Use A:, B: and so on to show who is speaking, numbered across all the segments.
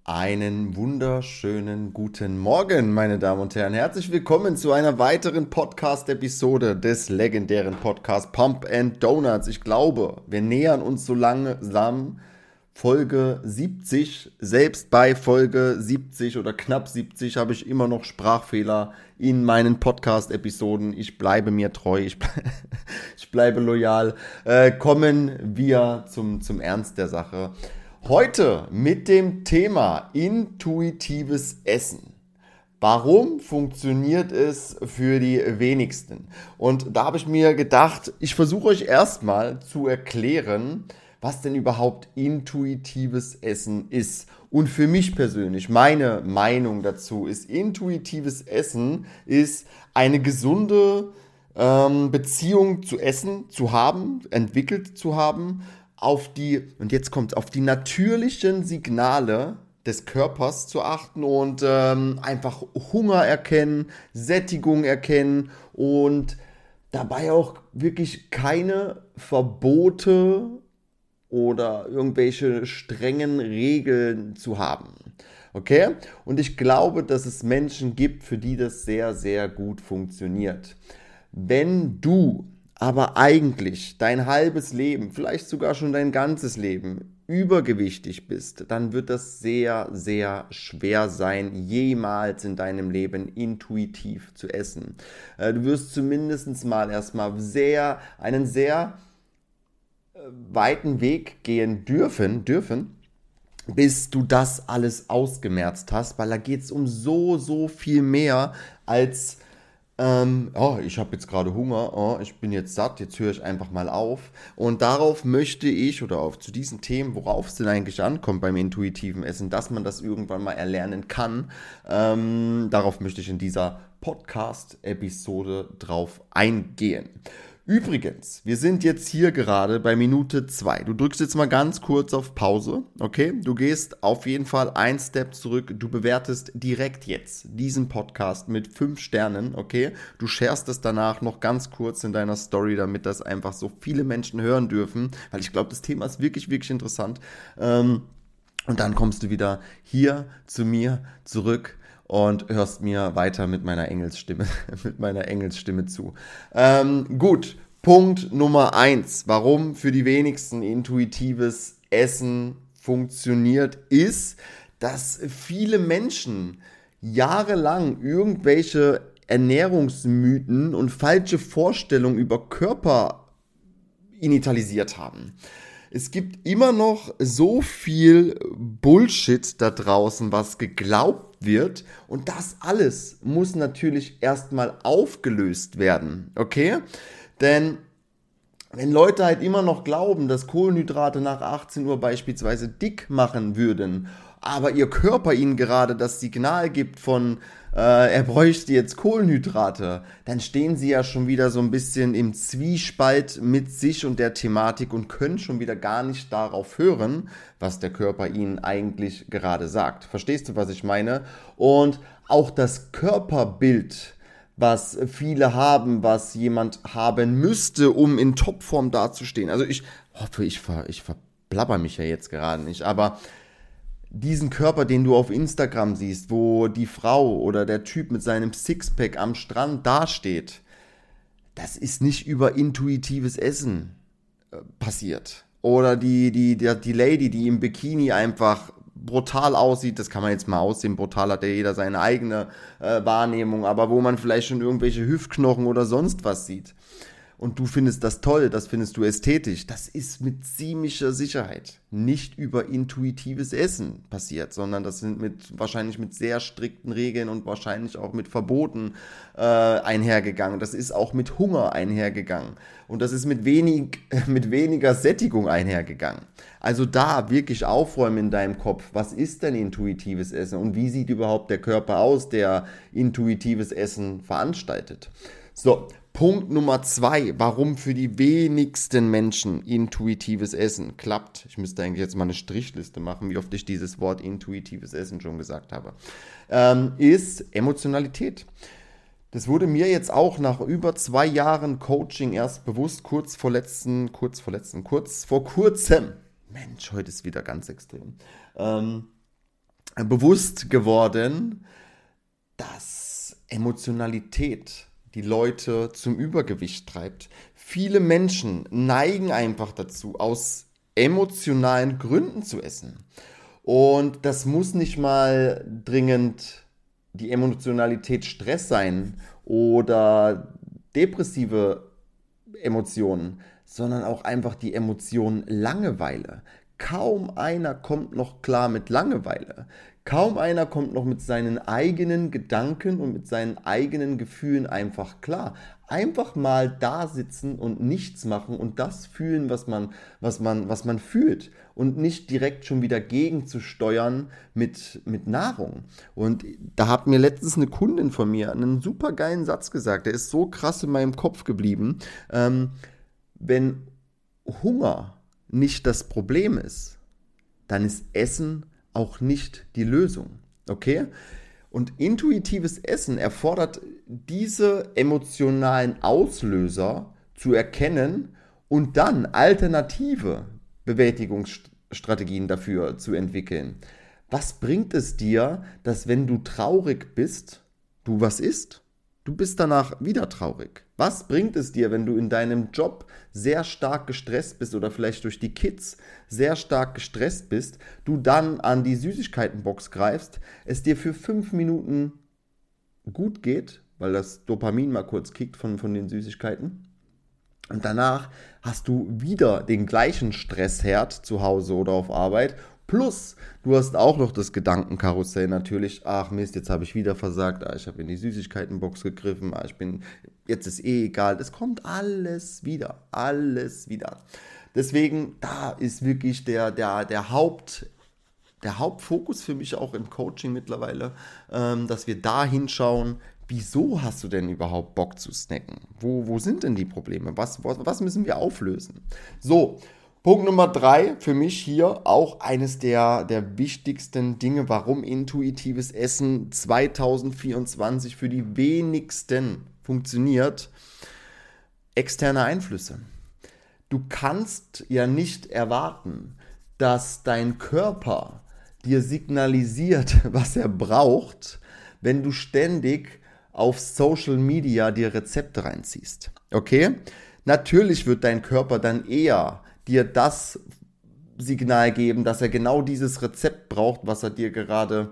A: Einen wunderschönen guten Morgen, meine Damen und Herren. Herzlich willkommen zu einer weiteren Podcast-Episode des legendären Podcasts Pump and Donuts. Ich glaube, wir nähern uns so langsam Folge 70. Selbst bei Folge 70 oder knapp 70 habe ich immer noch Sprachfehler in meinen Podcast-Episoden. Ich bleibe mir treu, ich bleibe loyal. Kommen wir zum Ernst der Sache. Heute mit dem Thema intuitives Essen. Warum funktioniert es für die wenigsten? Und da habe ich mir gedacht, ich versuche euch erstmal zu erklären, was denn überhaupt intuitives Essen ist. Und für mich persönlich, meine Meinung dazu ist, intuitives Essen ist eine gesunde Beziehung zu Essen zu haben, entwickelt zu haben, und jetzt kommt's, auf die natürlichen Signale des Körpers zu achten und einfach Hunger erkennen, Sättigung erkennen und dabei auch wirklich keine Verbote oder irgendwelche strengen Regeln zu haben. Okay? Und ich glaube, dass es Menschen gibt, für die das sehr, sehr gut funktioniert. Wenn du aber eigentlich dein halbes Leben, vielleicht sogar schon dein ganzes Leben übergewichtig bist, dann wird das sehr, sehr schwer sein, jemals in deinem Leben intuitiv zu essen. Du wirst zumindest mal erstmal einen sehr weiten Weg gehen dürfen, bis du das alles ausgemerzt hast, weil da geht es um so viel mehr als ich habe jetzt gerade Hunger, ich bin jetzt satt, jetzt höre ich einfach mal auf. Und darauf möchte ich, zu diesen Themen, worauf es denn eigentlich ankommt beim intuitiven Essen, dass man das irgendwann mal erlernen kann, darauf möchte ich in dieser Podcast-Episode drauf eingehen. Übrigens, wir sind jetzt hier gerade bei Minute 2. Du drückst jetzt mal ganz kurz auf Pause, okay? Du gehst auf jeden Fall einen Step zurück. Du bewertest direkt jetzt diesen Podcast mit 5 Sternen, okay? Du sharest es danach noch ganz kurz in deiner Story, damit das einfach so viele Menschen hören dürfen, weil ich glaube, das Thema ist wirklich, wirklich interessant. Und dann kommst du wieder hier zu mir zurück und hörst mir weiter mit meiner Engelsstimme zu. Gut, Punkt Nummer 1, warum für die wenigsten intuitives Essen funktioniert, ist, dass viele Menschen jahrelang irgendwelche Ernährungsmythen und falsche Vorstellungen über Körper initialisiert haben. Es gibt immer noch so viel Bullshit da draußen, was geglaubt wird. Und das alles muss natürlich erstmal aufgelöst werden. Okay? Denn wenn Leute halt immer noch glauben, dass Kohlenhydrate nach 18 Uhr beispielsweise dick machen würden, aber ihr Körper ihnen gerade das Signal gibt von, er bräuchte jetzt Kohlenhydrate, dann stehen sie ja schon wieder so ein bisschen im Zwiespalt mit sich und der Thematik und können schon wieder gar nicht darauf hören, was der Körper ihnen eigentlich gerade sagt. Verstehst du, was ich meine? Und auch das Körperbild, was viele haben, was jemand haben müsste, um in Topform dazustehen. Also ich hoffe, ich verplapper mich ja jetzt gerade nicht, aber diesen Körper, den du auf Instagram siehst, wo die Frau oder der Typ mit seinem Sixpack am Strand dasteht, das ist nicht über intuitives Essen passiert. Oder die Lady, die im Bikini einfach brutal aussieht, das kann man jetzt mal aussehen, brutal hat ja jeder seine eigene Wahrnehmung, aber wo man vielleicht schon irgendwelche Hüftknochen oder sonst was sieht. Und du findest das toll, das findest du ästhetisch, das ist mit ziemlicher Sicherheit nicht über intuitives Essen passiert, sondern das sind wahrscheinlich mit sehr strikten Regeln und wahrscheinlich auch mit Verboten einhergegangen. Das ist auch mit Hunger einhergegangen und das ist mit weniger Sättigung einhergegangen. Also da wirklich aufräumen in deinem Kopf, was ist denn intuitives Essen und wie sieht überhaupt der Körper aus, der intuitives Essen veranstaltet. So, Punkt Nummer 2, warum für die wenigsten Menschen intuitives Essen klappt. Ich müsste eigentlich jetzt mal eine Strichliste machen, wie oft ich dieses Wort intuitives Essen schon gesagt habe. Ist Emotionalität. Das wurde mir jetzt auch nach über 2 Jahren Coaching erst bewusst, kurz vor kurzem. Mensch, heute ist wieder ganz extrem. bewusst geworden, dass Emotionalität die Leute zum Übergewicht treibt. Viele Menschen neigen einfach dazu, aus emotionalen Gründen zu essen. Und das muss nicht mal dringend die Emotionalität Stress sein oder depressive Emotionen, sondern auch einfach die Emotion Langeweile. Kaum einer kommt noch klar mit Langeweile. Kaum einer kommt noch mit seinen eigenen Gedanken und mit seinen eigenen Gefühlen einfach klar. Einfach mal da sitzen und nichts machen und das fühlen, was man fühlt. Und nicht direkt schon wieder gegenzusteuern mit Nahrung. Und da hat mir letztens eine Kundin von mir einen super geilen Satz gesagt. Der ist so krass in meinem Kopf geblieben. Wenn Hunger nicht das Problem ist, dann ist Essen auch nicht die Lösung. Okay? Und intuitives Essen erfordert diese emotionalen Auslöser zu erkennen und dann alternative Bewältigungsstrategien dafür zu entwickeln. Was bringt es dir, dass wenn du traurig bist, du was isst? Du bist danach wieder traurig. Was bringt es dir, wenn du in deinem Job sehr stark gestresst bist oder vielleicht durch die Kids sehr stark gestresst bist, du dann an die Süßigkeitenbox greifst, es dir für 5 Minuten gut geht, weil das Dopamin mal kurz kickt von den Süßigkeiten, und danach hast du wieder den gleichen Stressherd zu Hause oder auf Arbeit. Plus, du hast auch noch das Gedankenkarussell natürlich. Ach Mist, jetzt habe ich wieder versagt. Ich habe in die Süßigkeitenbox gegriffen. Jetzt ist egal. Es kommt alles wieder. Alles wieder. Deswegen, da ist wirklich der Hauptfokus für mich auch im Coaching mittlerweile, dass wir da hinschauen, wieso hast du denn überhaupt Bock zu snacken? Wo sind denn die Probleme? Was müssen wir auflösen? So, Punkt Nummer 3 für mich hier auch eines der wichtigsten Dinge, warum intuitives Essen 2024 für die wenigsten funktioniert: externe Einflüsse. Du kannst ja nicht erwarten, dass dein Körper dir signalisiert, was er braucht, wenn du ständig auf Social Media dir Rezepte reinziehst. Okay? Natürlich wird dein Körper dann eher dir das Signal geben, dass er genau dieses Rezept braucht, was dir gerade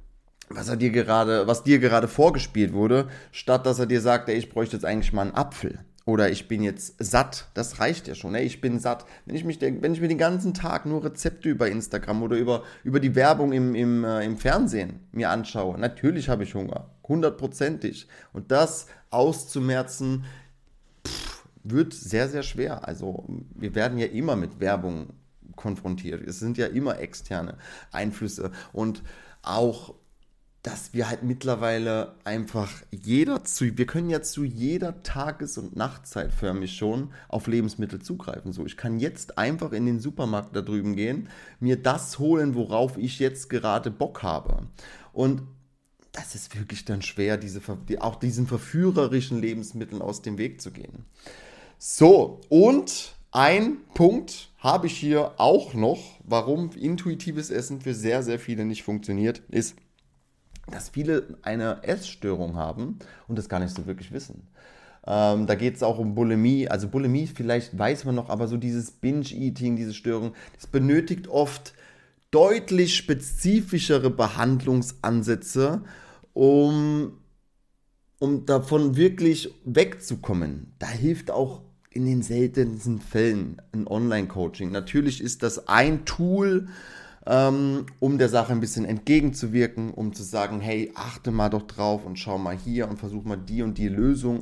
A: vorgespielt wurde, statt dass er dir sagt, ey, ich bräuchte jetzt eigentlich mal einen Apfel. Oder ich bin jetzt satt. Das reicht ja schon. Ey, ich bin satt. Wenn ich mir den ganzen Tag nur Rezepte über Instagram oder über die Werbung im Fernsehen mir anschaue, natürlich habe ich Hunger. 100%ig. Und das auszumerzen, wird sehr, sehr schwer. Also wir werden ja immer mit Werbung konfrontiert. Es sind ja immer externe Einflüsse. Und auch, dass wir halt mittlerweile einfach wir können ja zu jeder Tages- und Nachtzeit förmlich schon auf Lebensmittel zugreifen. So, ich kann jetzt einfach in den Supermarkt da drüben gehen, mir das holen, worauf ich jetzt gerade Bock habe. Und das ist wirklich dann schwer, auch diesen verführerischen Lebensmitteln aus dem Weg zu gehen. So, und ein Punkt habe ich hier auch noch, warum intuitives Essen für sehr, sehr viele nicht funktioniert, ist, dass viele eine Essstörung haben und das gar nicht so wirklich wissen. Da geht es auch um Bulimie. Also Bulimie, vielleicht weiß man noch, aber so dieses Binge-Eating, diese Störung, das benötigt oft deutlich spezifischere Behandlungsansätze, um davon wirklich wegzukommen. Da hilft auch in den seltensten Fällen ein Online-Coaching. Natürlich ist das ein Tool, um der Sache ein bisschen entgegenzuwirken, um zu sagen, hey, achte mal doch drauf und schau mal hier und versuch mal die und die Lösung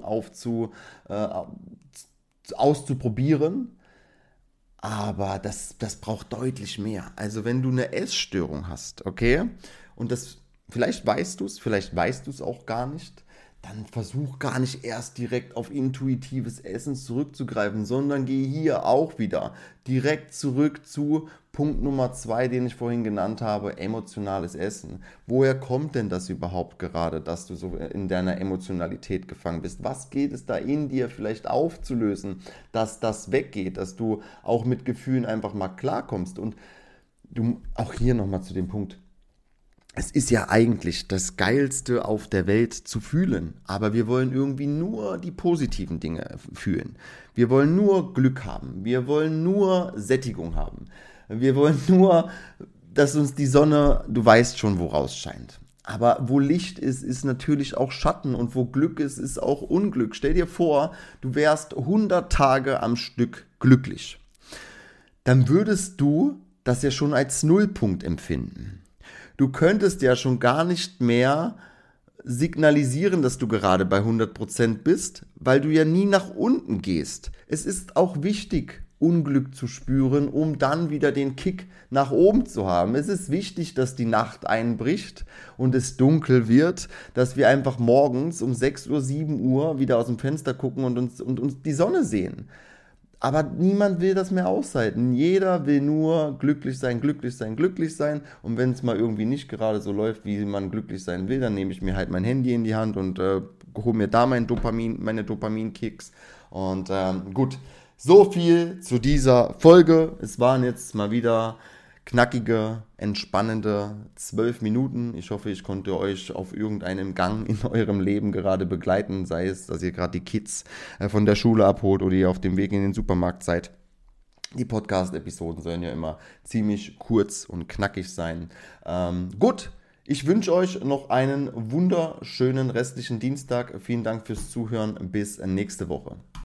A: auszuprobieren. Aber das braucht deutlich mehr. Also wenn du eine Essstörung hast, okay, und vielleicht weißt du es auch gar nicht, dann versuch gar nicht erst direkt auf intuitives Essen zurückzugreifen, sondern geh hier auch wieder direkt zurück zu Punkt Nummer 2, den ich vorhin genannt habe: emotionales Essen. Woher kommt denn das überhaupt gerade, dass du so in deiner Emotionalität gefangen bist? Was geht es da in dir vielleicht aufzulösen, dass das weggeht, dass du auch mit Gefühlen einfach mal klarkommst? Und du, auch hier nochmal zu dem Punkt: es ist ja eigentlich das Geilste auf der Welt zu fühlen, aber wir wollen irgendwie nur die positiven Dinge fühlen. Wir wollen nur Glück haben, wir wollen nur Sättigung haben, wir wollen nur, dass uns die Sonne, du weißt schon, woraus scheint. Aber wo Licht ist, ist natürlich auch Schatten und wo Glück ist, ist auch Unglück. Stell dir vor, du wärst 100 Tage am Stück glücklich. Dann würdest du das ja schon als Nullpunkt empfinden. Du könntest ja schon gar nicht mehr signalisieren, dass du gerade bei 100% bist, weil du ja nie nach unten gehst. Es ist auch wichtig, Unglück zu spüren, um dann wieder den Kick nach oben zu haben. Es ist wichtig, dass die Nacht einbricht und es dunkel wird, dass wir einfach morgens um 6 Uhr, 7 Uhr wieder aus dem Fenster gucken und uns die Sonne sehen. Aber niemand will das mehr aushalten. Jeder will nur glücklich sein, glücklich sein, glücklich sein. Und wenn es mal irgendwie nicht gerade so läuft, wie man glücklich sein will, dann nehme ich mir halt mein Handy in die Hand und hole mir da meine Dopaminkicks. Und gut, so viel zu dieser Folge. Es waren jetzt mal wieder knackige, entspannende 12 Minuten. Ich hoffe, ich konnte euch auf irgendeinem Gang in eurem Leben gerade begleiten, sei es, dass ihr gerade die Kids von der Schule abholt oder ihr auf dem Weg in den Supermarkt seid. Die Podcast-Episoden sollen ja immer ziemlich kurz und knackig sein. Gut, ich wünsche euch noch einen wunderschönen restlichen Dienstag. Vielen Dank fürs Zuhören. Bis nächste Woche.